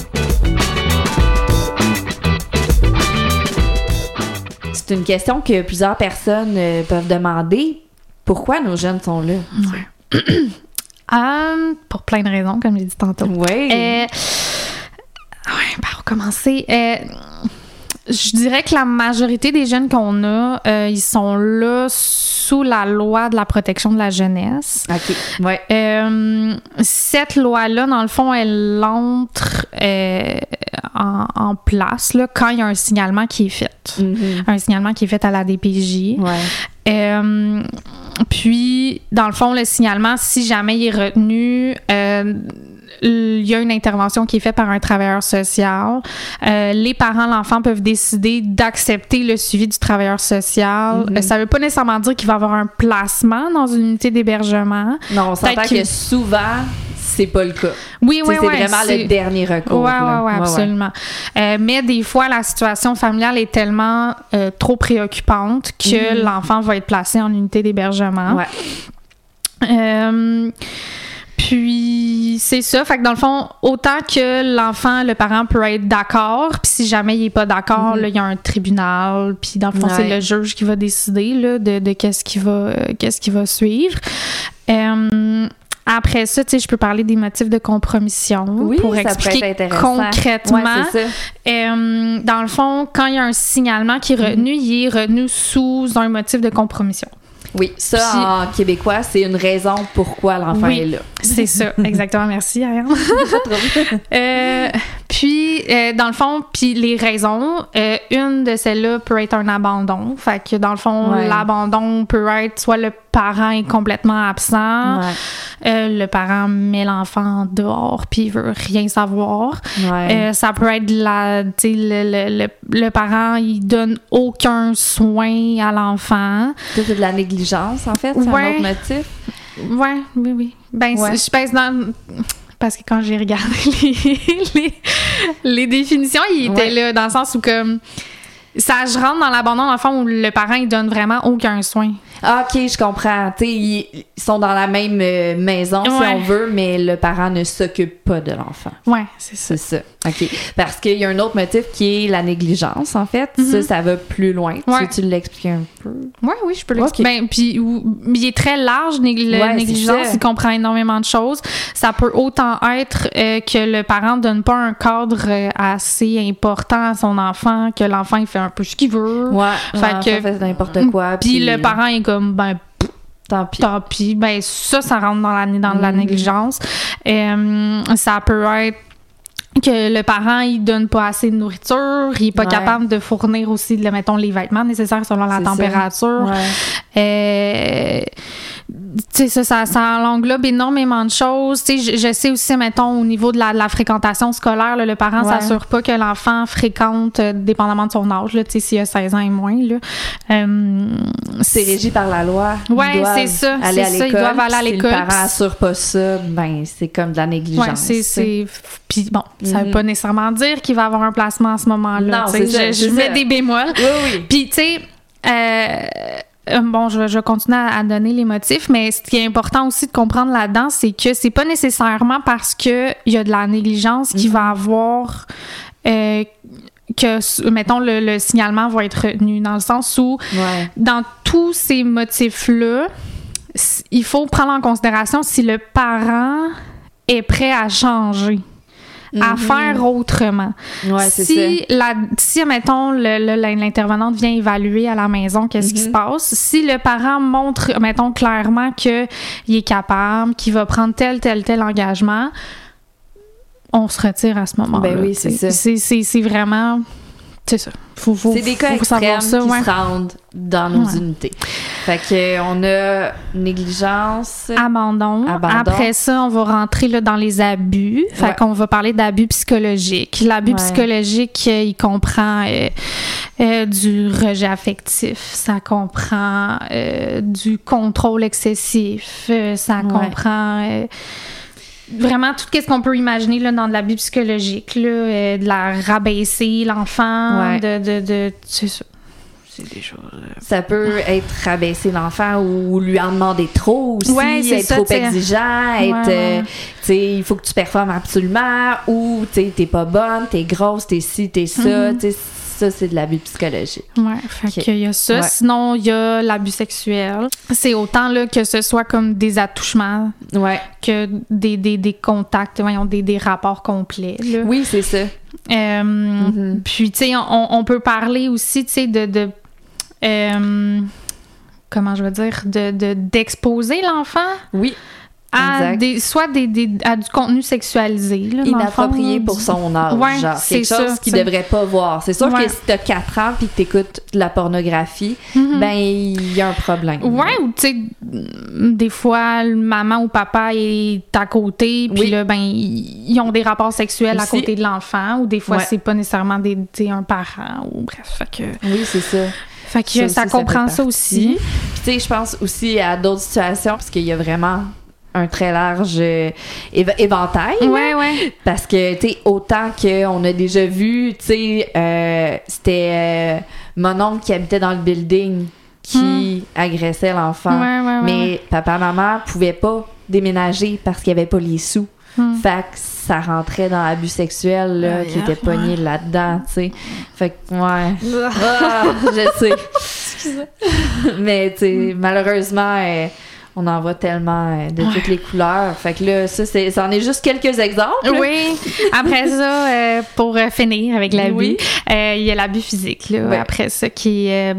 C'est une question que plusieurs personnes peuvent demander. Pourquoi nos jeunes sont là? Ouais. Pour plein de raisons, comme j'ai dit tantôt. Oui. Par commencer, je dirais que la majorité des jeunes qu'on a, ils sont là sous la loi de la protection de la jeunesse. OK, ouais. Cette loi-là, dans le fond, elle entre en place là, quand il y a un signalement qui est fait. Un signalement qui est fait à la DPJ. Ouais. Puis, dans le fond, le signalement, si jamais il est retenu, il y a une intervention qui est faite par un travailleur social. Les parents, l'enfant peuvent décider d'accepter le suivi du travailleur social. Ça ne veut pas nécessairement dire qu'il va avoir un placement dans une unité d'hébergement. Non, on s'entend que souvent, c'est pas le cas. Oui. C'est vraiment le dernier recours. Oui, absolument. Mais des fois, la situation familiale est tellement trop préoccupante que l'enfant va être placé en unité d'hébergement. Ouais. Puis, c'est ça. Fait que dans le fond, autant que l'enfant, le parent peut être d'accord, puis si jamais il n'est pas d'accord, là, il y a un tribunal, puis dans le fond, c'est le juge qui va décider là, de qu'est-ce qui va suivre. Après ça, tu sais, je peux parler des motifs de compromission pour expliquer concrètement. Ouais, c'est ça. Dans le fond, quand il y a un signalement qui est retenu, il est retenu sous un motif de compromission. Oui, ça, en québécois, c'est une raison pourquoi l'enfant est là. C'est ça, exactement. Merci, Ariane. Puis, dans le fond, puis les raisons, une de celles-là peut être un abandon. Fait que, dans le fond, l'abandon peut être soit le parent est complètement absent, le parent met l'enfant dehors puis il veut rien savoir. Ça peut être le parent, il donne aucun soin à l'enfant. C'est de la négligence, en fait, c'est un autre motif. Oui. Je pèse dans... Parce que quand j'ai regardé les définitions, il était là, dans le sens où comme... je rentre dans l'abandon dans le fond où le parent, il donne vraiment aucun soin. Ah, OK, je comprends. Tu sais, ils sont dans la même maison, si on veut, mais le parent ne s'occupe pas de l'enfant. Ouais, c'est ça. C'est ça. OK. Parce qu'il y a un autre motif qui est la négligence, en fait. Ça va plus loin. Tu l'expliques un peu? Oui, je peux l'expliquer. Puis, il est très large, la négligence. Il comprend énormément de choses. Ça peut autant être que le parent ne donne pas un cadre assez important à son enfant, que l'enfant, il fait un peu ce qu'il veut. Fait n'importe quoi. Puis le parent est comme, tant pis. Ça rentre dans la négligence. Ça peut être que le parent, il donne pas assez de nourriture, il est pas capable de fournir aussi, mettons, les vêtements nécessaires selon la température. Tu sais, ça englobe énormément de choses. Tu sais, je sais aussi, mettons, au niveau de la fréquentation scolaire, là, le parent s'assure pas que l'enfant fréquente dépendamment de son âge, là, tu sais, s'il a 16 ans et moins, là. C'est régi par la loi. C'est ça. Aller à l'école. Ils doivent aller à l'école. Si le parent assure pas ça, c'est comme de la négligence. Puis bon, ça veut pas nécessairement dire qu'il va avoir un placement à ce moment-là. Non, je mets des bémols. Oui. Puis, tu sais... je vais continuer à donner les motifs, mais ce qui est important aussi de comprendre là-dedans, c'est que c'est pas nécessairement parce qu'il y a de la négligence qu'il va avoir que, mettons, le signalement va être retenu, dans le sens où dans tous ces motifs-là, il faut prendre en considération si le parent est prêt à changer, à faire autrement. Ouais, c'est ça. Si, mettons, l'intervenante vient évaluer à la maison qu'est-ce qui se passe, si le parent montre, mettons, clairement qu'il est capable, qu'il va prendre tel engagement, on se retire à ce moment-là. Ben oui, c'est ça. C'est vraiment... C'est ça. C'est des cas extrêmes qui se rendent dans nos unités. Fait qu'on a négligence. Abandon. Après ça, on va rentrer là, dans les abus. Fait qu'on va parler d'abus psychologiques. L'abus psychologique, il comprend du rejet affectif. Ça comprend du contrôle excessif. Ça comprend... vraiment tout ce qu'on peut imaginer là, dans de l'abus psychologique, là, de la rabaisser l'enfant, c'est ça. C'est des choses... Ça peut être rabaisser l'enfant ou lui en demander trop aussi, être trop exigeant, être... tu sais, il faut que tu performes absolument, ou tu sais, t'es pas bonne, t'es grosse, t'es ci, t'es ça, tu sais, ça, c'est de l'abus psychologique. Ouais, fait qu'il y a ça. Ouais. Sinon, il y a l'abus sexuel. C'est autant là, que ce soit comme des attouchements que des contacts, voyons, des rapports complets. Là. Oui, c'est ça. Puis, tu sais, on peut parler aussi, tu sais, de comment je veux dire, d'exposer l'enfant. Oui. À du contenu sexualisé. Là, inapproprié pour son âge. Ouais, genre, quelque chose qu'il ne devrait pas voir. C'est sûr que si tu as 4 ans et que tu écoutes de la pornographie, ben il y a un problème. Ouais, ou tu sais, des fois, maman ou papa est à côté, puis là, ben, ils ont des rapports sexuels aussi à côté de l'enfant, ou des fois, c'est pas nécessairement un parent, ou bref. Fait que... Oui, c'est ça. Fait que ça comprend ça aussi. Puis tu sais, je pense aussi à d'autres situations, parce qu'il y a vraiment un très large éventail. Ouais. Parce que, tu sais, autant qu'on a déjà vu, tu sais, c'était mon oncle qui habitait dans le building qui agressait l'enfant. Mais papa-maman pouvaient pas déménager parce qu'il n'y avait pas les sous. Fait que ça rentrait dans l'abus sexuel, là, qui était pogné là-dedans, tu sais. Fait que, je sais. Excusez. Mais, tu sais, malheureusement... on en voit tellement de toutes les couleurs. Fait que là, ça en est juste quelques exemples. Oui. Après ça, pour finir avec l'abus, il y a l'abus physique. Là. Après ça, qui est,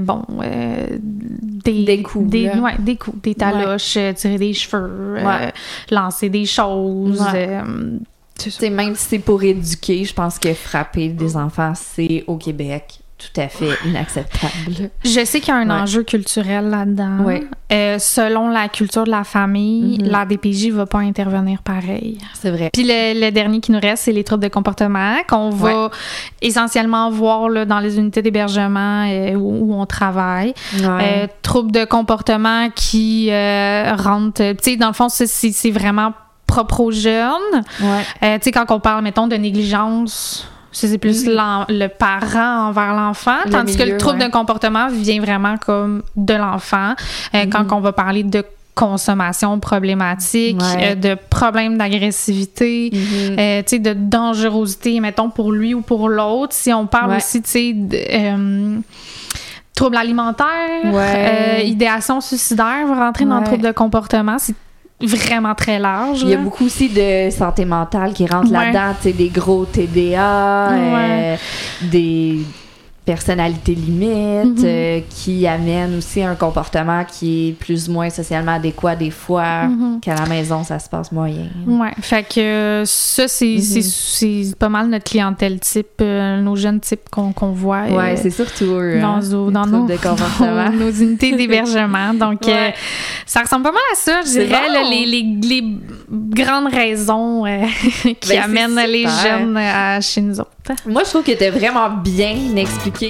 des coups. Des coups. Des taloches, tirer des cheveux, lancer des choses. C'est ça. Même si c'est pour éduquer, je pense que frapper des enfants, c'est au Québec tout à fait inacceptable. Je sais qu'il y a un enjeu culturel là-dedans. Oui. Selon la culture de la famille, la DPJ va pas intervenir pareil. C'est vrai. Puis le dernier qui nous reste, c'est les troubles de comportement qu'on va essentiellement voir là, dans les unités d'hébergement où on travaille. Troubles de comportement qui rentrent... Tu sais, dans le fond, c'est vraiment propre aux jeunes. Tu sais, quand on parle, mettons, de négligence... C'est plus le parent envers l'enfant, tandis que le trouble de comportement vient vraiment comme de l'enfant. Quand on va parler de consommation problématique, de problèmes d'agressivité, tu sais, de dangerosité, mettons, pour lui ou pour l'autre. Si on parle aussi, tu sais, de... troubles alimentaires, idéation suicidaire va rentrer dans le trouble de comportement. C'est vraiment très large. Il y a beaucoup aussi de santé mentale qui rentre là-dedans, tu sais, des gros TDA, des personnalités limites qui amènent aussi un comportement qui est plus ou moins socialement adéquat des fois qu'à la maison, ça se passe moyen. Fait que ça, c'est pas mal notre clientèle type, nos jeunes types qu'on voit. C'est surtout eux. Dans nos unités d'hébergement. Donc, ça ressemble pas mal à ça, je dirais, là, les grandes raisons qui amènent les jeunes chez nous autres. Moi, je trouve que t'as vraiment bien expliqué.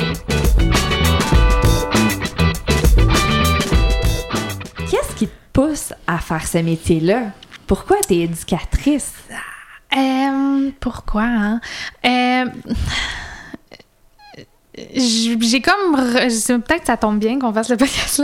Qu'est-ce qui te pousse à faire ce métier-là? Pourquoi t'es éducatrice? Pourquoi, hein? J'ai comme... peut-être que ça tombe bien qu'on fasse le podcast-là.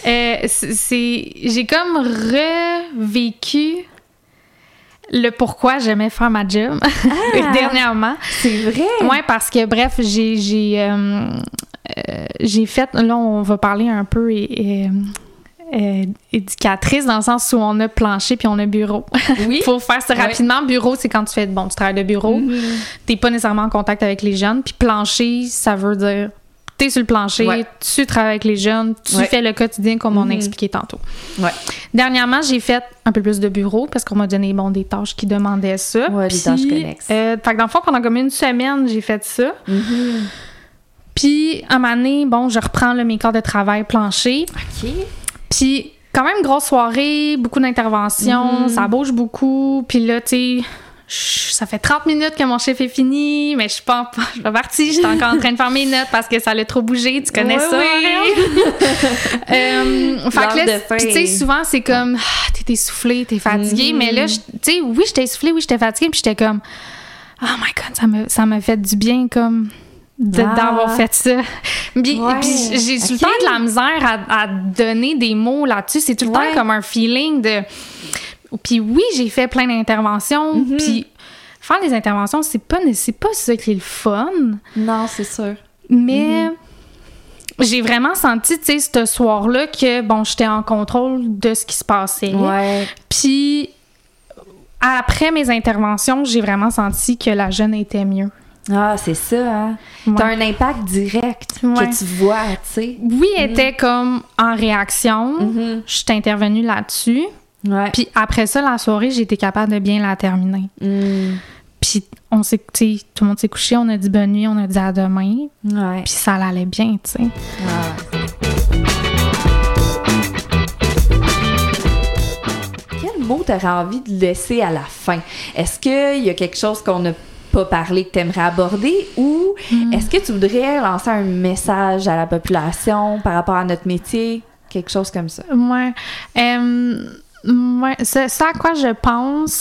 J'ai comme revécu le pourquoi j'aimais faire ma job dernièrement. C'est vrai? Oui, parce que, bref, j'ai fait... Là, on va parler un peu éducatrice dans le sens où on a plancher puis on a bureau. Oui. Faut faire ça rapidement. Bureau, c'est quand tu fais, tu travailles de bureau. T'es pas nécessairement en contact avec les jeunes. Puis plancher, ça veut dire t'es sur le plancher, tu travailles avec les jeunes, tu fais le quotidien comme on a expliqué tantôt. Ouais. Dernièrement, j'ai fait un peu plus de bureau parce qu'on m'a donné des tâches qui demandaient ça. Ouais, des tâches connexes. Fait que dans le fond, pendant comme une semaine, j'ai fait ça. Puis, à un moment donné, je reprends mes corps de travail plancher. OK. Puis, quand même, grosse soirée, beaucoup d'interventions, ça bouge beaucoup. Puis là, tu sais, ça fait 30 minutes que mon chiffre est fini, mais je suis pas partie. J'étais encore en train de faire mes notes parce que ça allait trop bouger. Tu connais ça? Fait que là, tu sais, souvent, c'est comme, t'es essoufflé, t'es fatigué. Mais là, tu sais, oui, j'étais essoufflée, oui, j'étais fatiguée. Puis j'étais comme, oh my God, ça m'a fait du bien, comme... d'avoir fait ça. Puis j'ai tout le temps de la misère à donner des mots là-dessus. C'est tout le temps comme un feeling de... Puis oui, j'ai fait plein d'interventions. Puis faire des interventions, c'est pas ça qui est le fun. Non, c'est sûr. Mais j'ai vraiment senti, tu sais, ce soir-là que, j'étais en contrôle de ce qui se passait. Ouais. Puis après mes interventions, j'ai vraiment senti que la jeune était mieux. Ah, c'est ça, hein? T'as un impact direct que tu vois, tu sais. Oui, elle était comme en réaction. Je suis intervenue là-dessus. Ouais. Puis après ça, la soirée, j'ai été capable de bien la terminer. Puis on s'est, tout le monde s'est couché, on a dit bonne nuit, on a dit à demain. Ouais. Puis ça allait bien, tu sais. Quel mot t'aurais envie de laisser à la fin? Est-ce qu'il y a quelque chose qu'on n'a pas parlé que tu aimerais aborder ou est-ce que tu voudrais lancer un message à la population par rapport à notre métier? Quelque chose comme ça. Ouais. Ça à quoi je pense,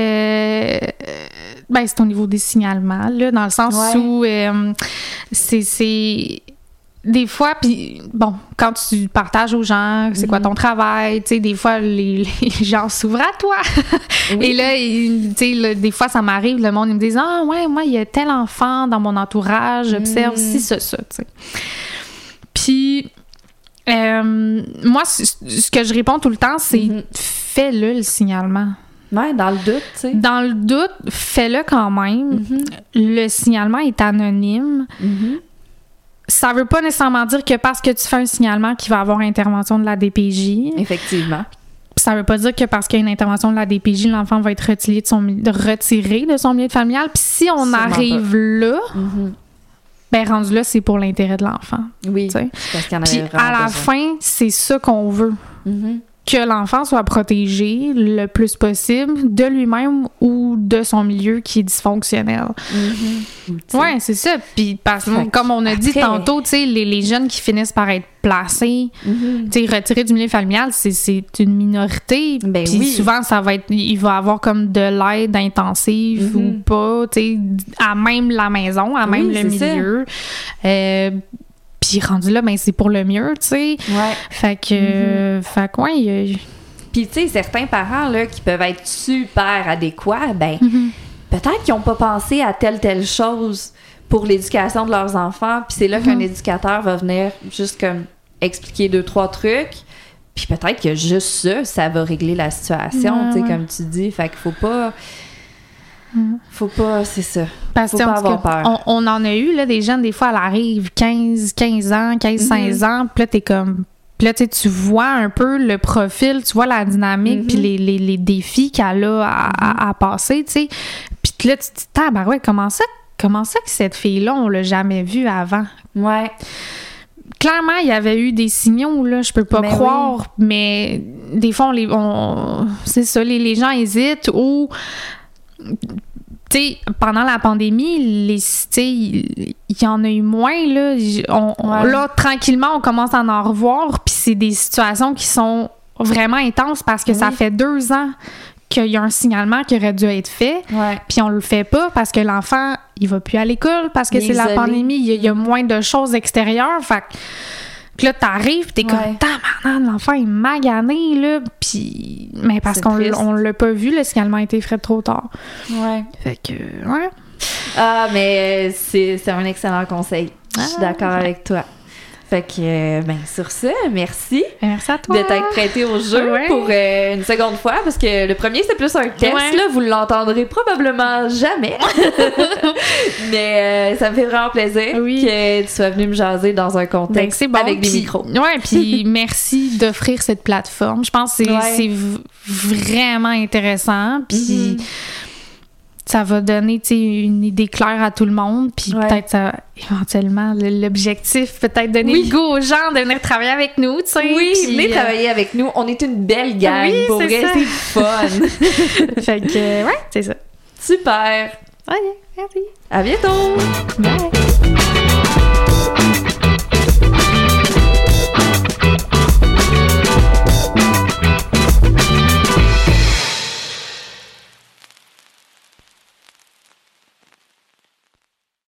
c'est au niveau des signalements, là, dans le sens où c'est des fois, puis quand tu partages aux gens c'est quoi ton travail, tu sais, des fois les gens s'ouvrent à toi. Et là, tu sais, des fois ça m'arrive, le monde ils me disent moi il y a tel enfant dans mon entourage, j'observe ça, tu sais. Puis moi, ce que je réponds tout le temps, c'est fais-le signalement. Ouais, dans le doute, tu sais. Dans le doute, fais-le quand même. Le signalement est anonyme. Ça veut pas nécessairement dire que parce que tu fais un signalement qu'il va y avoir intervention de la DPJ. Effectivement. Ça veut pas dire que parce qu'il y a une intervention de la DPJ, l'enfant va être retiré de son milieu familial. Puis si on arrive là... rendu là, c'est pour l'intérêt de l'enfant. Oui, parce qu'il y en avait vraiment à la fin, c'est ça qu'on veut. Que l'enfant soit protégé le plus possible de lui-même ou de son milieu qui est dysfonctionnel. Ouais, c'est ça. Puis comme on a dit tantôt, tu sais, les jeunes qui finissent par être placés, tu sais, retirés du milieu familial, c'est une minorité. Puis souvent, ça va être, il va avoir comme de l'aide intensive ou pas, tu sais, à même la maison, à même le milieu. Puis rendu là, c'est pour le mieux, tu sais. Ouais. Fait que, Puis, tu sais, certains parents, là, qui peuvent être super adéquats, peut-être qu'ils n'ont pas pensé à telle chose pour l'éducation de leurs enfants. Puis c'est là qu'un éducateur va venir juste comme expliquer 2-3 trucs. Puis peut-être que juste ça va régler la situation, tu sais, comme tu dis. Fait qu'il faut pas... c'est ça. Faut pas avoir peur. On en a eu, là, des jeunes, des fois, elle arrive 15 ans, 15-16 ans, puis là, t'es comme... Puis là, tu vois un peu le profil, tu vois la dynamique, puis les défis qu'elle a à passer, tu sais. Puis là, tu te dis, comment ça que cette fille-là, on l'a jamais vue avant? Ouais. Clairement, il y avait eu des signaux, là, je peux pas croire, mais des fois, c'est ça, les gens hésitent ou... Tu sais, pendant la pandémie, il y en a eu moins, là. Là, tranquillement, on commence à en revoir, puis c'est des situations qui sont vraiment intenses parce que ça fait 2 ans qu'il y a un signalement qui aurait dû être fait, puis on le fait pas parce que l'enfant, il va plus à l'école parce que c'est la pandémie, il y a moins de choses extérieures, fait que là, t'arrives, t'es comme, tabarnak, l'enfant est magané, là, puis... Mais parce qu'on l'a pas vu, le signalement a été fait trop tard. Ouais. Fait que, Ah, mais c'est un excellent conseil. Je suis d'accord avec toi. Fait que, sur ça, merci. Merci à toi. De t'être prêté au jeu pour une seconde fois, parce que le premier, c'est plus un test, là. Vous l'entendrez probablement jamais. Mais ça me fait vraiment plaisir que tu sois venu me jaser dans un contexte avec des micros. Ouais, puis merci d'offrir cette plateforme. Je pense que c'est vraiment intéressant, puis ça va donner une idée claire à tout le monde, puis peut-être ça, éventuellement l'objectif, peut-être donner le goût aux gens de venir travailler avec nous, tu sais. Oui, venez travailler avec nous. On est une belle gang. Pour vrai, c'est fun. Fait que, c'est ça. Super. OK, merci. À bientôt. Bye.